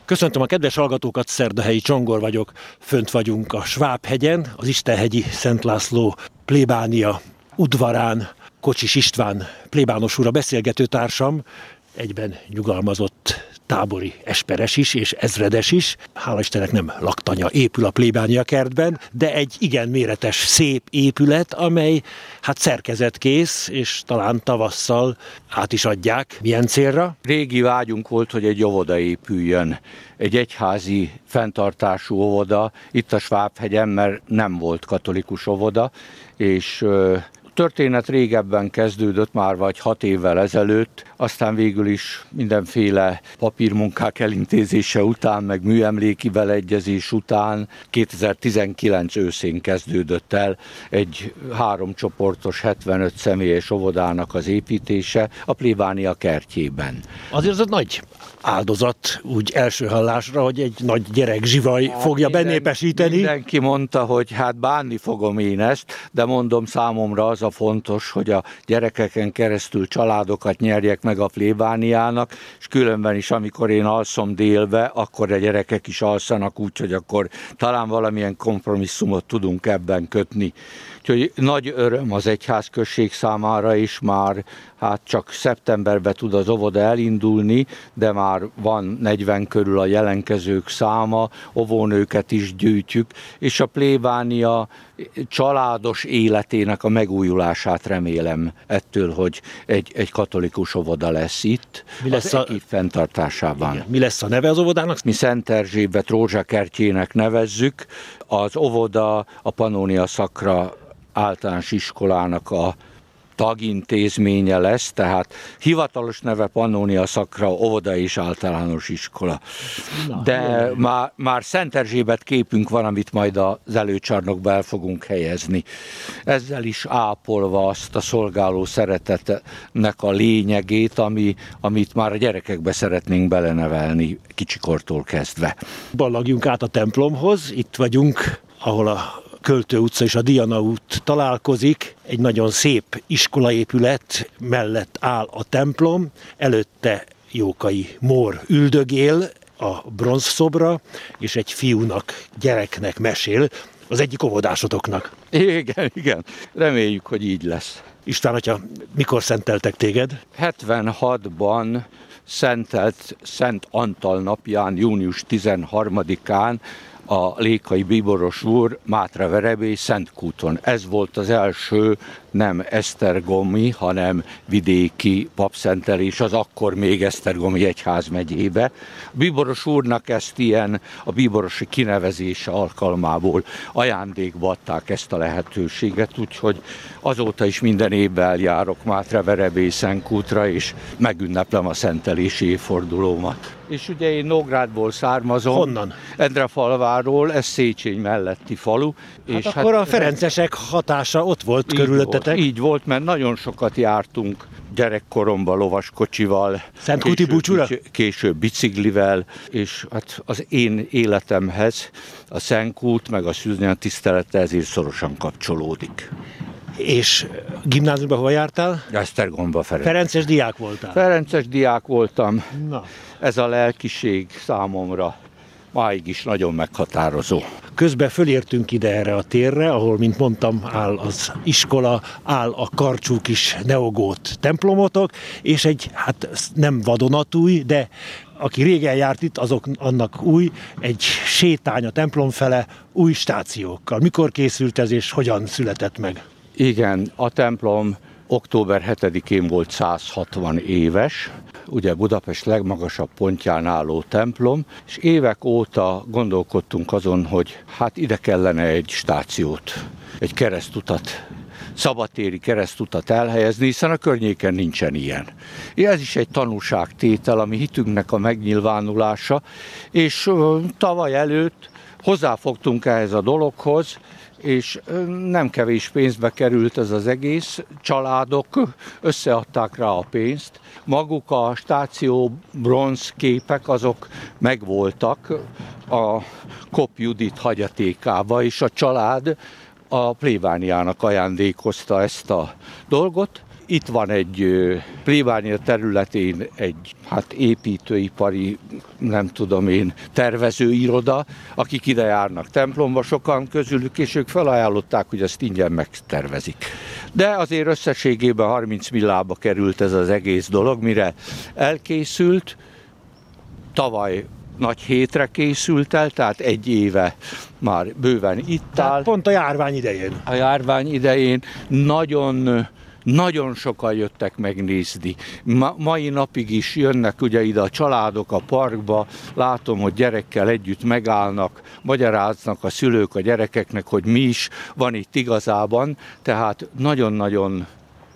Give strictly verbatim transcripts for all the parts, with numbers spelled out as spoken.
Köszöntöm a kedves hallgatókat, Szerdahelyi Csongor vagyok. Fönt vagyunk a Svábhegyen, az Istenhegyi Szent László plébánia udvarán. Kocsis István plébános úr a beszélgető társam, egyben nyugalmazott tábori esperes is és ezredes is. Hála Istennek nem laktanya épül a plébánia kertben, de egy igen méretes, szép épület, amely hát szerkezetkész, és talán tavasszal át is adják. Milyen célra? Régi vágyunk volt, hogy egy óvoda épüljön. Egy egyházi fenntartású óvoda itt a Svábhegyen, mert nem volt katolikus óvoda, és történet régebben kezdődött már, vagy hat évvel ezelőtt, aztán végül is mindenféle papírmunkák elintézése után, meg műemléki beleegyezés után kétezer-tizenkilenc őszén kezdődött el egy háromcsoportos, hetvenöt személyes óvodának az építése a plébánia kertjében. Azért az a nagy áldozat úgy első hallásra, hogy egy nagy gyerek zsivaj hát fogja minden, benépesíteni. Mindenki mondta, hogy hát bánni fogom én ezt, de mondom, számomra az a fontos, hogy a gyerekeken keresztül családokat nyerjek meg a plébániának, és különben is, amikor én alszom délbe, akkor a gyerekek is alszanak úgy, hogy akkor talán valamilyen kompromisszumot tudunk ebben kötni. Úgyhogy nagy öröm az egyházközség számára is, már hát csak szeptemberben tud az óvoda elindulni, de már van negyven körül a jelentkezők száma, óvónőket is gyűjtjük, és a plébánia családos életének a megújulását remélem ettől, hogy egy, egy katolikus óvoda lesz itt. Mi lesz a fenntartásában. Igen. Mi lesz a neve az óvodának? Mi Szent Erzsébet Rózsakertjének nevezzük. Az óvoda a Pannónia Szakra általános iskolának a tagintézménye lesz, tehát hivatalos neve Pannónia Szakra óvoda és általános iskola. Na, de már, már Szent Erzsébet képünk van, amit majd az előcsarnokba el fogunk helyezni. Ezzel is ápolva azt a szolgáló szeretetnek a lényegét, ami, amit már a gyerekekbe szeretnénk belenevelni kicsikortól kezdve. Ballagjunk át a templomhoz, itt vagyunk, ahol a Költő utca és a Diana út találkozik. Egy nagyon szép iskolaépület mellett áll a templom, előtte Jókai Mór üldögél a bronzszobra, és egy fiúnak, gyereknek mesél, az egyik óvodásotoknak. Igen, igen. Reméljük, hogy így lesz. István atya, mikor szenteltek téged? hetvenhatban szentelt Szent Antal napján, június tizenharmadikán a Lékai Bíboros úr Mátraverebély Szentkúton. Ez volt az első nem esztergomi, hanem vidéki papszentelés az akkor még esztergomi egyházmegyébe. A Bíboros úrnak ezt ilyen a bíborosi kinevezése alkalmából ajándékba adták ezt a lehetőséget, úgyhogy azóta is minden évvel járok Mátraverebély Szentkútra, és megünneplem a szentelési évfordulómat. És ugye én Nógrádból származom. Honnan? Endrafalváról, ez Széchenyi melletti falu. Hát és akkor hát a ferencesek hatása ott volt körülöttetek. Volt, így volt, mert nagyon sokat jártunk gyerekkoromban lovaskocsival. Szentkúti búcsúra? Később biciklivel, és hát az én életemhez a Szentkút meg a szűznyelvtisztelete ezért szorosan kapcsolódik. És gimnáziumban hova jártál? Esztergomba, Ferenc. Ferences diák voltál? Ferences diák voltam. Na. Ez a lelkiség számomra máig is nagyon meghatározó. Közben fölértünk ide erre a térre, ahol, mint mondtam, áll az iskola, áll a karcsú kis neogót templomotok, és egy, hát nem vadonatúj, de aki régen járt itt, azok annak új, egy sétány a templom fele új stációkkal. Mikor készült ez, és hogyan született meg? Igen, a templom október hetedikén volt száz hatvan éves, ugye Budapest legmagasabb pontján álló templom, és évek óta gondolkodtunk azon, hogy hát ide kellene egy stációt, egy keresztutat, szabadtéri keresztutat elhelyezni, hiszen a környéken nincsen ilyen. Ez is egy tanúságtétel, ami hitünknek a megnyilvánulása, és tavaly előtt hozzáfogtunk ehhez a dologhoz, és nem kevés pénzbe került ez az egész, családok összeadták rá a pénzt, maguk a stáció bronz képek azok megvoltak a Kopp Judit hagyatékába, és a család a plébániának ajándékozta ezt a dolgot, itt van egy plébánia területén egy hát építőipari, nem tudom én, tervezőiroda, akik ide járnak templomba, sokan közülük, és ők felajánlották, hogy ezt ingyen megtervezik. De azért összességében harminc millába került ez az egész dolog, mire elkészült. Tavaly nagy hétre készült el, tehát egy éve már bőven itt áll. Pont a járvány idején. A járvány idején nagyon, nagyon sokan jöttek megnézni. Ma, mai napig is jönnek ugye ide a családok a parkba, látom, hogy gyerekkel együtt megállnak, magyaráznak a szülők a gyerekeknek, hogy mi is van itt igazában, tehát nagyon-nagyon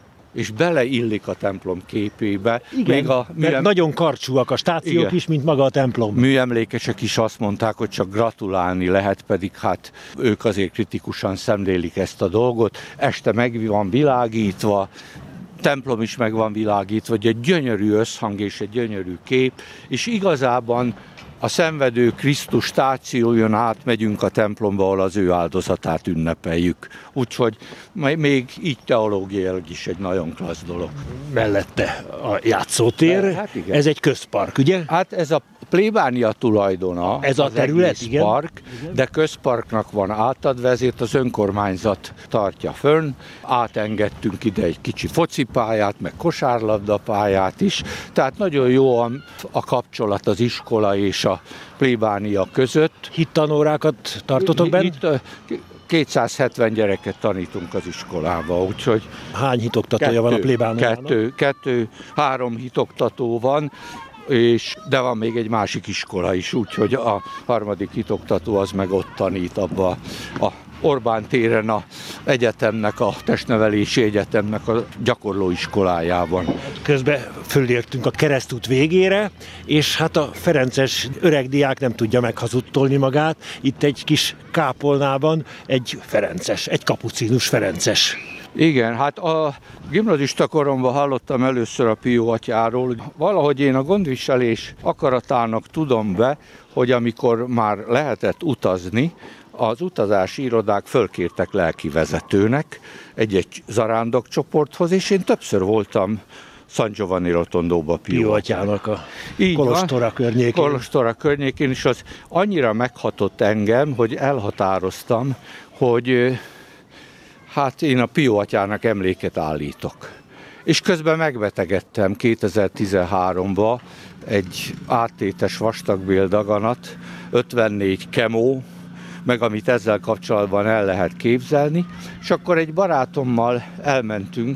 és beleillik a templom képébe. Igen, még a műem... nagyon karcsúak a stációk Igen. is, mint maga a templom. Műemlékesek is azt mondták, hogy csak gratulálni lehet, pedig hát ők azért kritikusan szemlélik ezt a dolgot. Este meg van világítva, templom is meg van világítva, hogy egy gyönyörű összhang és egy gyönyörű kép, és igazában a szenvedő Krisztus stációjon át megyünk a templomba, ahol az ő áldozatát ünnepeljük. Úgyhogy még így teológiailag is egy nagyon klassz dolog. Mellette a játszótér, hát ez egy közpark, ugye? Hát ez a plébánia tulajdona, ez a terület, igen. Park, igen. De közparknak van átadva, ezért az önkormányzat tartja fönn. Átengedtünk ide egy kicsi focipályát, meg kosárlabdapályát is, tehát nagyon jó a, a kapcsolat az iskola és a plébánia között. Hittanórákat tartotok benne? Itt kétszázhetven gyereket tanítunk az iskolába, úgyhogy... Hány hitoktatója kettő, van a plébániának? Kettő, kettő, három hitoktató van, és de van még egy másik iskola is, úgyhogy a harmadik hitoktató az meg ott tanít abba a Orbán téren a egyetemnek, a testnevelési egyetemnek a gyakorlóiskolájában. Közben fölértünk a keresztút végére, és hát a ferences öreg diák nem tudja meghazudtolni magát. Itt egy kis kápolnában egy ferences, egy kapucinus ferences. Igen, hát a gimnazista koromban hallottam először a Pió atyáról, hogy valahogy én a gondviselés akaratának tudom be, hogy amikor már lehetett utazni, az utazási irodák fölkértek lelkivezetőnek egy-egy zarándokcsoporthoz, és én többször voltam San Giovanni Rotondóba Pió, Pió atyának a kolostora környékén. Kolostora környékén, és az annyira meghatott engem, hogy elhatároztam, hogy hát én a Pió atyának emléket állítok. És közben megbetegedtem kétezer-tizenháromban egy áttétes vastagbéldaganat, ötvennégy kemó, meg amit ezzel kapcsolatban el lehet képzelni, és akkor egy barátommal elmentünk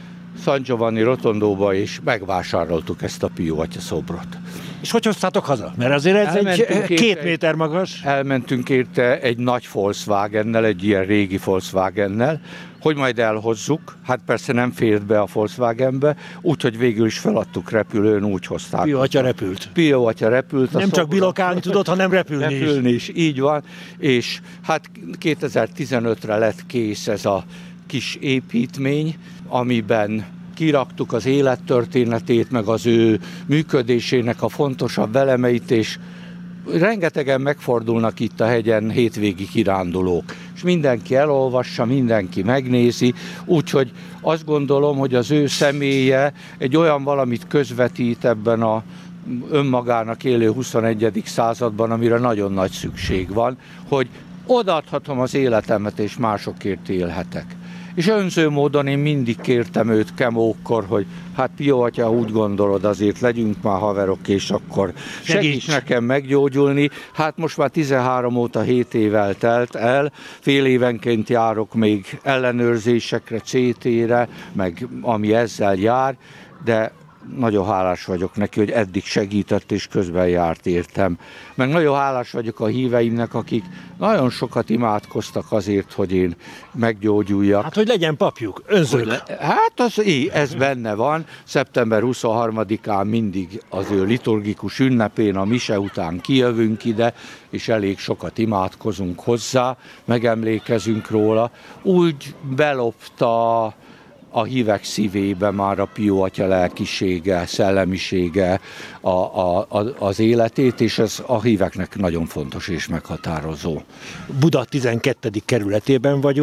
San Giovanni Rotondóba, és megvásároltuk ezt a Pió atya szobrot. És hogy hoztátok haza? Mert azért ez elmentünk egy két egy, méter magas. Elmentünk érte egy nagy Volkswagennel, egy ilyen régi Volkswagennel, hogy majd elhozzuk. Hát persze nem fért be a Volkswagenbe, úgyhogy végül is feladtuk repülőn, úgy hozták. Pió atya repült. Pió atya repült. Nem csak bilokálni tudott, hanem repülni, repülni is. is. Így van. És hát kétezer-tizenötre lett kész ez a kis építmény, amiben kiraktuk az élettörténetét, meg az ő működésének a fontosabb elemeit, és rengetegen megfordulnak itt a hegyen hétvégi kirándulók. És mindenki elolvassa, mindenki megnézi, úgyhogy azt gondolom, hogy az ő személye egy olyan valamit közvetít ebben a önmagának élő huszonegyedik században, amire nagyon nagy szükség van, hogy odaadhatom az életemet, és másokért élhetek. És önző módon én mindig kértem őt kemókkor, hogy hát Pió atya, úgy gondolod, azért legyünk már haverok, és akkor segíts nekem meggyógyulni. Hát most már tizenhárom óta hét évvel telt el, fél évenként járok még ellenőrzésekre, cé té-re, meg ami ezzel jár, de nagyon hálás vagyok neki, hogy eddig segített és közben járt értem. Meg nagyon hálás vagyok a híveimnek, akik nagyon sokat imádkoztak azért, hogy én meggyógyuljak. Hát, hogy legyen papjuk, önzők. Le... Hát az, ez benne van. szeptember huszonharmadikán mindig az ő liturgikus ünnepén, a mise után kijövünk ide, és elég sokat imádkozunk hozzá, megemlékezünk róla. Úgy belopta a hívek szívébe már a Pió atya lelkisége, szellemisége a, a, a, az életét, és ez a híveknek nagyon fontos és meghatározó. Buda tizenkettedik kerületében vagyunk,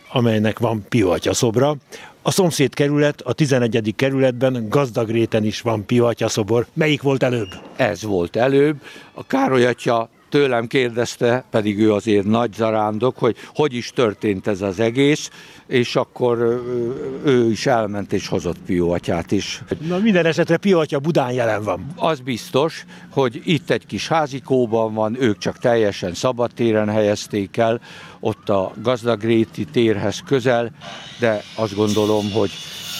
amelynek van Pio atya szobra. A szomszéd kerület, a tizenegyedik kerületben, Gazdagréten is van Pio atya szobor. Melyik volt előbb? Ez volt előbb. A Károly atya tőlem kérdezte, pedig ő azért nagy zarándok, hogy hogy is történt ez az egész, és akkor ő is elment és hozott Pio atyát is. Na minden esetre Pio atya Budán jelen van. Az biztos, hogy itt egy kis házikóban van, ők csak teljesen szabadtéren helyezték el, ott a Gazdagréti térhez közel, de azt gondolom, hogy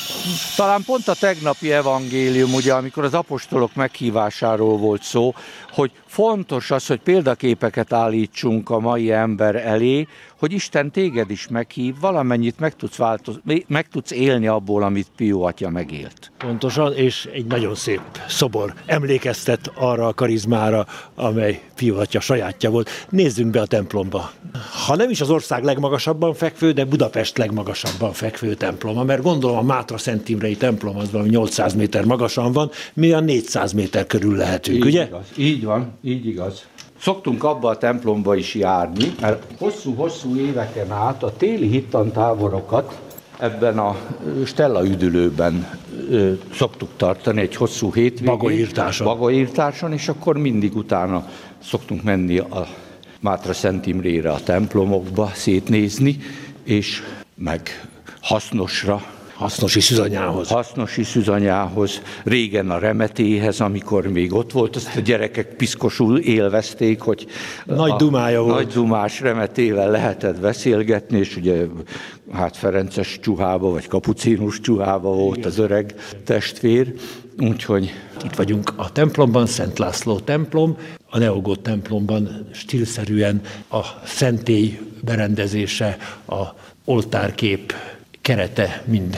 talán pont a tegnapi evangélium, ugye, amikor az apostolok meghívásáról volt szó, hogy fontos az, hogy példaképeket állítsunk a mai ember elé, hogy Isten téged is meghív, valamennyit meg tudsz, változ, meg tudsz élni abból, amit Pio atya megélt. Pontosan, és egy nagyon szép szobor emlékeztet arra a karizmára, amely Pio atya sajátja volt. Nézzünk be a templomba. Ha nem is az ország legmagasabban fekvő, de Budapest legmagasabban fekvő temploma, mert gondolom a Mátra Szent Imrei templom az valami nyolcszáz méter magasan van, mi a négyszáz méter körül lehetünk, így ugye? Igaz, így van, így igaz. Szoktunk abba a templomba is járni, mert hosszú-hosszú éveken át a téli hittantáborokat ebben a Stella üdülőben ö, szoktuk tartani egy hosszú hétvégén. Bagolyírtáson. Bagolyírtáson, és akkor mindig utána szoktunk menni a Mátra Szent Imrére a templomokba szétnézni, és meg hasznosra, Hasznosi szűzanyához. Hasznosi szűzanyához, régen a remetéhez, amikor még ott volt, azt a gyerekek piszkosul élvezték, hogy Nagy dumája volt. Nagy dumás remetével lehetett beszélgetni, és ugye hát ferences csuhába, vagy kapucínus csuhába volt az öreg testvér, úgyhogy... Itt vagyunk a templomban, Szent László templom, a neogót templomban stílszerűen a szentély berendezése, a oltárkép kerete mind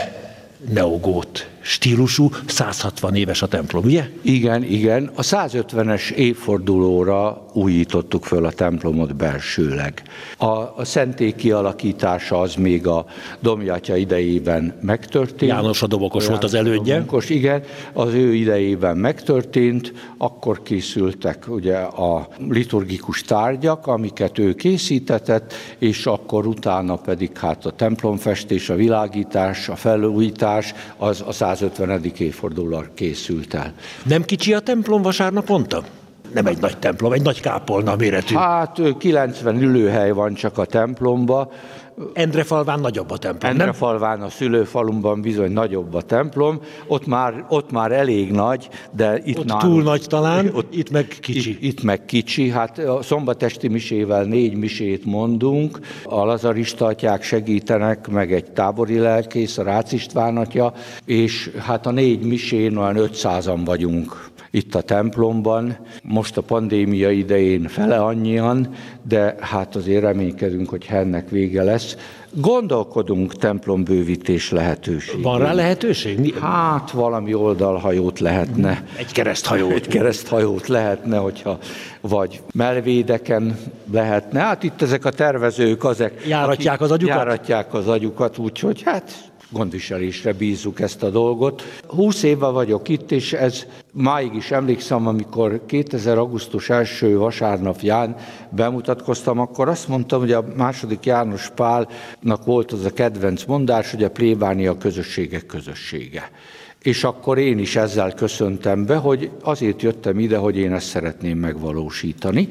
neogót stílusú, száz hatvan éves a templom, ugye? Igen, igen. A százötvenes évfordulóra újítottuk föl a templomot belsőleg. A, a szentély kialakítása az még a Domjatya idejében megtörtént. János a Dobokos volt az elődje. Dobokos, igen, az ő idejében megtörtént, akkor készültek ugye a liturgikus tárgyak, amiket ő készítetett, és akkor utána pedig hát a templomfestés, a világítás, a felújítás, az a százötvenedik évfordulóra készült el. Nem kicsi a templom vasárnaponta? Nem egy nagy templom, egy nagy kápolna méretű. Hát kilencven ülőhely van csak a templomba. Endrefalván nagyobb a templom, nem? Endrefalván a szülőfalumban bizony nagyobb a templom, ott már, ott már elég nagy, de itt ott nálunk, túl nagy talán, ott, itt meg kicsi. Itt, itt meg kicsi, hát a szombatesti misével négy misét mondunk, a lazarista atyák segítenek, meg egy tábori lelkész, a Rácz István atya, és hát a négy misén olyan ötszázan vagyunk itt a templomban. Most a pandémia idején fele annyian, de hát azért reménykedünk, hogy ennek vége lesz. Gondolkodunk templombővítés lehetőségén. Van rá lehetőség? Hát valami oldalhajót lehetne. Egy kereszthajót. Egy kereszthajót lehetne, hogyha vagy melvédeken lehetne. Hát itt ezek a tervezők, azek... Járatják az agyukat? Járatják az agyukat, úgyhogy hát... gondviselésre bízzuk ezt a dolgot. Húsz éve vagyok itt, és ez máig is emlékszem, amikor kétezer. augusztus első vasárnapján bemutatkoztam, akkor azt mondtam, hogy a második János Pálnak volt az a kedvenc mondás, hogy a plébánia közösségek közössége. És akkor én is ezzel köszöntem be, hogy azért jöttem ide, hogy én ezt szeretném megvalósítani.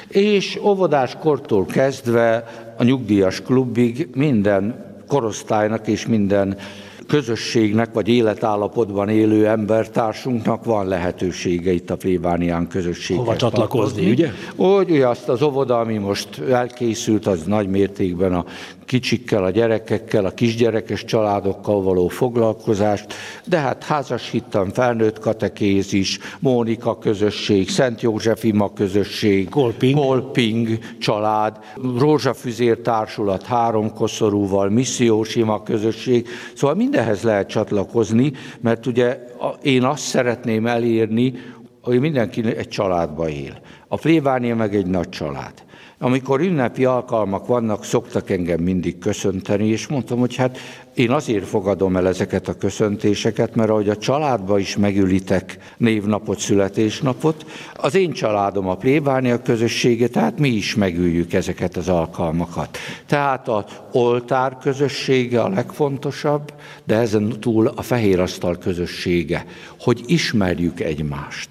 És óvodáskortól kezdve a nyugdíjas klubig minden korosztálynak és minden közösségnek, vagy életállapotban élő embertársunknak van lehetősége itt a plébánián közösséghez. Hova csatlakozni, ugye? Úgy, ugye azt az óvoda, ami most elkészült, az nagy mértékben a kicsikkel, a gyerekekkel, a kisgyerekes családokkal való foglalkozást, de hát házas hittan, felnőtt katekézis, Mónika közösség, Szent József Ima közösség, Kolping, Kolping család, Rózsafüzér társulat három koszorúval, missziós ima közösség, szóval mindenhez lehet csatlakozni, mert ugye én azt szeretném elérni, hogy mindenki egy családba él. A plébánia meg egy nagy család. Amikor ünnepi alkalmak vannak, szoktak engem mindig köszönteni, és mondtam, hogy hát én azért fogadom el ezeket a köszöntéseket, mert ahogy a családba is megülitek névnapot, születésnapot, az én családom a plébánia közössége, tehát mi is megüljük ezeket az alkalmakat. Tehát az oltár közössége a legfontosabb, de ezen túl a fehérasztal közössége, hogy ismerjük egymást.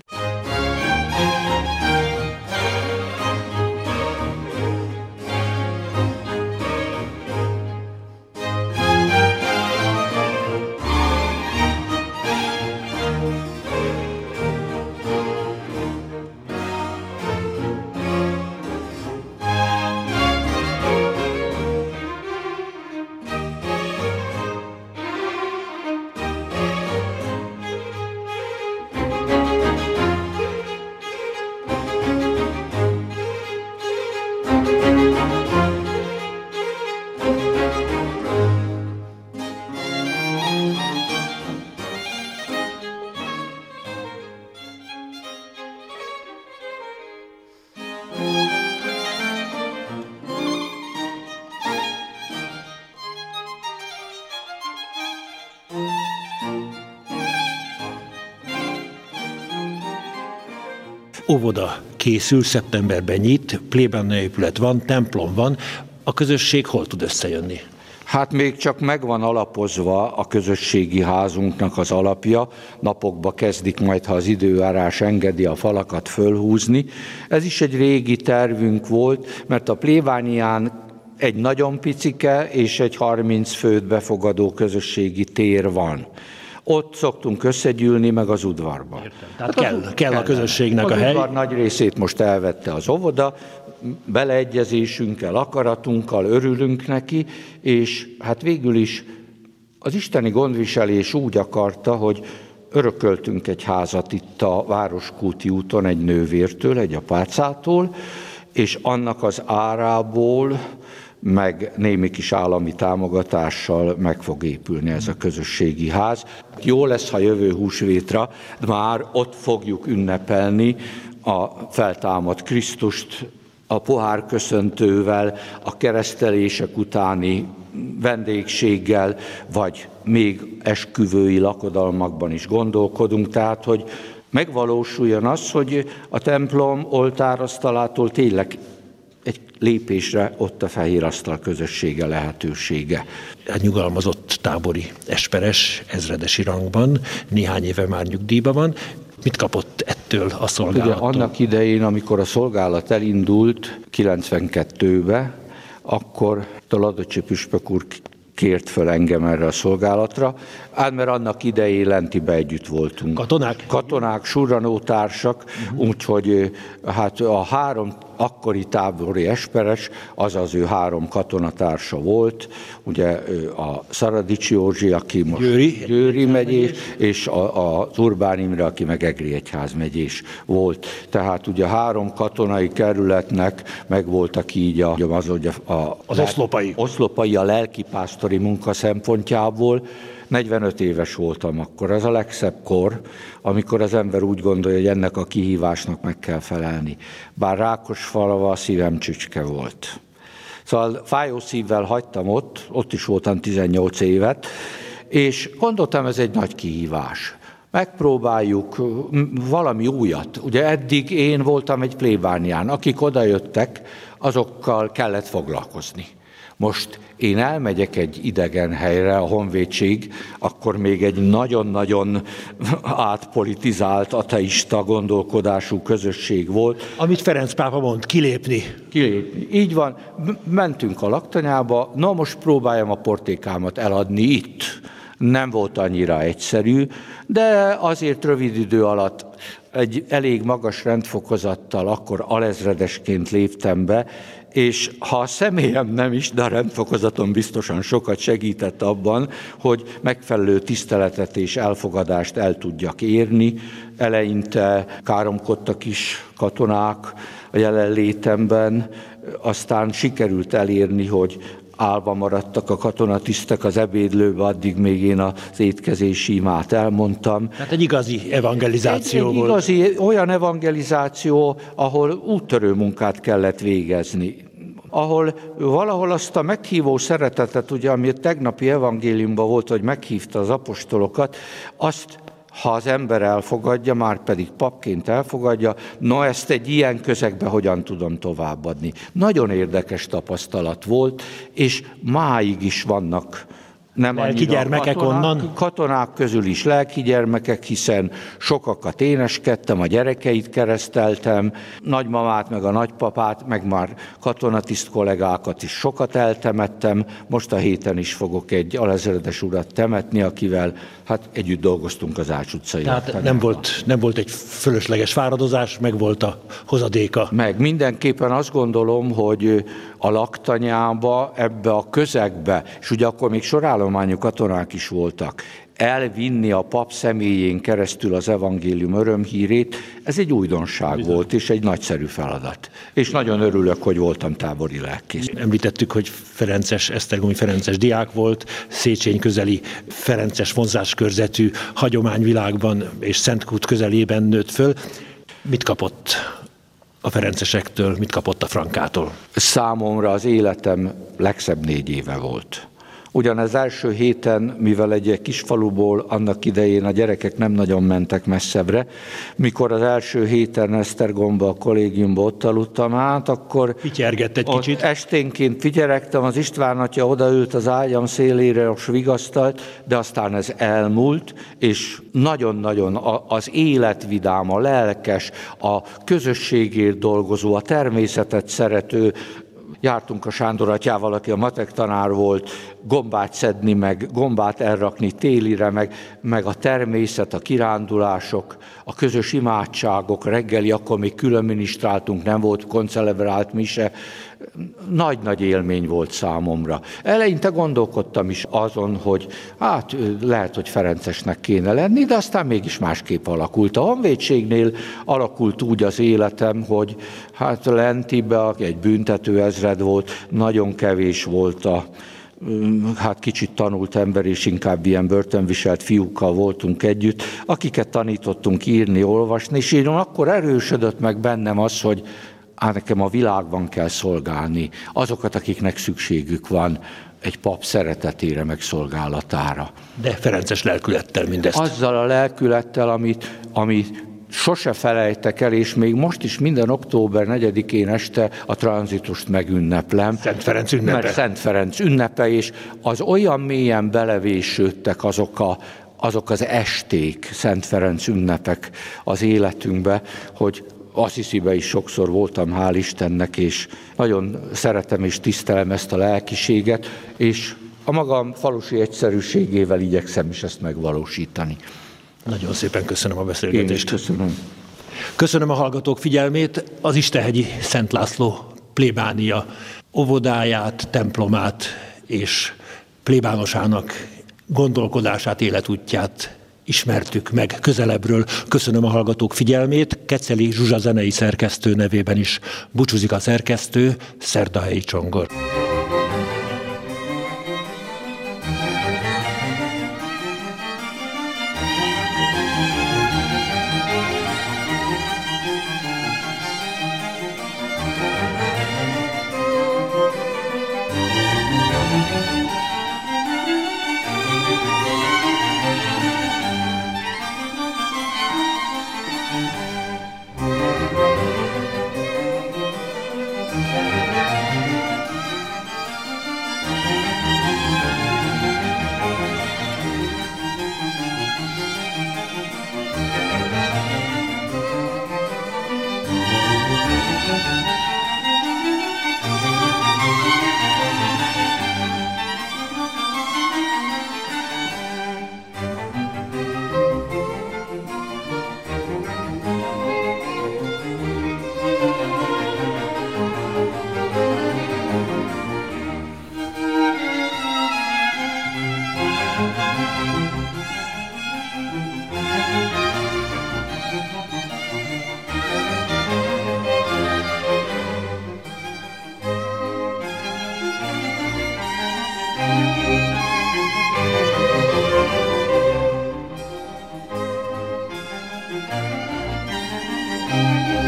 Óvoda készül, szeptemberben nyit, plébánia épület van, templom van, a közösség hol tud összejönni? Hát még csak meg van alapozva a közösségi házunknak az alapja, napokba kezdik majd, ha az időjárás engedi, a falakat fölhúzni. Ez is egy régi tervünk volt, mert a plébánián egy nagyon picike és egy harminc főt befogadó közösségi tér van. Ott szoktunk összegyűlni, meg az udvarban. Értem. Tehát hát kell, kell a közösségnek a hely. Az udvar nagy részét most elvette az óvoda, beleegyezésünkkel, akaratunkkal örülünk neki, és hát végül is az isteni gondviselés úgy akarta, hogy örököltünk egy házat itt a Városkúti úton egy nővértől, egy apácától, és annak az árából meg némi kis állami támogatással meg fog épülni ez a közösségi ház. Jó lesz, ha jövő húsvétra már ott fogjuk ünnepelni a feltámadt Krisztust a pohárköszöntővel, a keresztelések utáni vendégséggel, vagy még esküvői lakodalmakban is gondolkodunk, tehát hogy megvalósuljon az, hogy a templom oltárasztalától tényleg egy lépésre ott a fehérasztal közössége lehetősége. Hát nyugalmazott tábori esperes, ezredesi rangban, néhány éve már nyugdíjban van. Mit kapott ettől a szolgálattól? Ugye annak idején, amikor a szolgálat elindult kilencvenkettőben, akkor a Ladocsi püspök úr kért föl engem erre a szolgálatra, hát mert annak idején Lentibe együtt voltunk. Katonák? Katonák, surranótársak, uh-huh. Úgyhogy hát a három akkori tábori esperes, az az ő három katonatársa volt, ugye a Szaradicsi Józsi, aki most Győri, Győri megyés, és a, a Urbán Imre, aki meg Egri egyház megyés volt. Tehát ugye három katonai kerületnek meg voltak így a, az, a, a, az oszlopai. oszlopai a lelkipásztori munka szempontjából. negyvenöt éves voltam akkor, ez a legszebb kor, amikor az ember úgy gondolja, hogy ennek a kihívásnak meg kell felelni. Bár Rákosfalva a szívem csücske volt. Szóval fájó szívvel hagytam ott, ott is voltam tizennyolc évet, és gondoltam, ez egy nagy kihívás. Megpróbáljuk valami újat. Ugye eddig én voltam egy plébánián, akik odajöttek, azokkal kellett foglalkozni. Most én elmegyek egy idegen helyre, a honvédség, akkor még egy nagyon-nagyon átpolitizált, ateista gondolkodású közösség volt. Amit Ferenc pápa mond, kilépni. Kilépni. Így van, mentünk a laktanyába, na most próbáljam a portékámat eladni itt. Nem volt annyira egyszerű, de azért rövid idő alatt egy elég magas rendfokozattal akkor alezredesként léptem be, és ha a személyem nem is, de a rendfokozatom biztosan sokat segített abban, hogy megfelelő tiszteletet és elfogadást el tudjak érni. Eleinte káromkodtak is katonák a jelenlétemben, aztán sikerült elérni, hogy állva maradtak a katonatisztek az ebédlőbe, addig még én az étkezési imát elmondtam. Hát egy igazi evangelizáció egy, egy volt. Igazi, olyan evangelizáció, ahol úttörő munkát kellett végezni. Ahol valahol azt a meghívó szeretetet, ugye, ami a tegnapi evangéliumban volt, hogy meghívta az apostolokat, azt, ha az ember elfogadja, már pedig papként elfogadja, no ezt egy ilyen közegbe hogyan tudom továbbadni. Nagyon érdekes tapasztalat volt, és máig is vannak nem lelki gyermekek katonák, onnan? Katonák közül is lelki gyermekek, hiszen sokakat éneskedtem, a gyerekeit kereszteltem, nagymamát, meg a nagypapát, meg már katonatiszt kollégákat is sokat eltemettem. Most a héten is fogok egy alezredes urat temetni, akivel hát együtt dolgoztunk az Ács utcai. Tehát nem volt, nem volt egy fölösleges fáradozás, meg volt a hozadéka. Meg mindenképpen azt gondolom, hogy a laktanyába, ebbe a közegbe, és ugye akkor még sorállományú katonák is voltak, elvinni a pap személyén keresztül az evangélium örömhírét, ez egy újdonság Bizony. volt, és egy nagyszerű feladat. És nagyon örülök, hogy voltam tábori lelkész. Említettük, hogy ferences, esztergomi ferences diák volt, Széchenyi közeli ferences vonzáskörzetű hagyományvilágban és Szentkút közelében nőtt föl. Mit kapott a ferencesektől, mit kapott a Frankától? Számomra az életem legszebb négy éve volt. Ugyan az első héten, mivel egy kis faluból annak idején a gyerekek nem nagyon mentek messzebbre, mikor az első héten Esztergomba, a kollégiumba ott aludtam át, akkor Fityergett egy kicsit. Esténként fityeregtem, az István atya odaült az ágyam szélére, és vigasztalt, de aztán ez elmúlt, és nagyon-nagyon az életvidám, a lelkes, a közösségért dolgozó, a természetet szerető, jártunk a Sándor atyával, aki a matek tanár volt, gombát szedni, meg gombát elrakni télire, meg, meg a természet, a kirándulások, a közös imádságok, reggeli, akkor még külön minisztráltunk, nem volt koncelebrált mise. Nagy-nagy élmény volt számomra. Eleinte gondolkodtam is azon, hogy hát lehet, hogy ferencesnek kéne lenni, de aztán mégis másképp alakult. A honvédségnél alakult úgy az életem, hogy hát lentibe egy büntető ezred volt, nagyon kevés volt a hát kicsit tanult ember, és inkább ilyen börtönviselt fiúkkal voltunk együtt, akiket tanítottunk írni, olvasni, és én akkor erősödött meg bennem az, hogy á, nekem a világban kell szolgálni azokat, akiknek szükségük van egy pap szeretetére, meg szolgálatára. De ferences lelkülettel mindezt. Azzal a lelkülettel, amit, amit sose felejtek el, és még most is minden október negyedikén este a tranzitust megünneplem. Szent Ferenc ünnepe. Mert Szent Ferenc ünnepe, és az olyan mélyen belevésődtek azok a azok az esték, Szent Ferenc ünnepek az életünkbe, hogy Assisibe is sokszor voltam, hál' Istennek, és nagyon szeretem és tisztelem ezt a lelkiséget, és a magam falusi egyszerűségével igyekszem is ezt megvalósítani. Nagyon szépen köszönöm a beszélgetést. Én is köszönöm. Köszönöm a hallgatók figyelmét. Az Istenhegyi Szent László plébánia óvodáját, templomát és plébánosának gondolkodását, életútját ismertük meg közelebbről. Köszönöm a hallgatók figyelmét. Keceli Zsuzsa zenei szerkesztő nevében is búcsúzik a szerkesztő, Szerdahelyi Csongor. Thank you.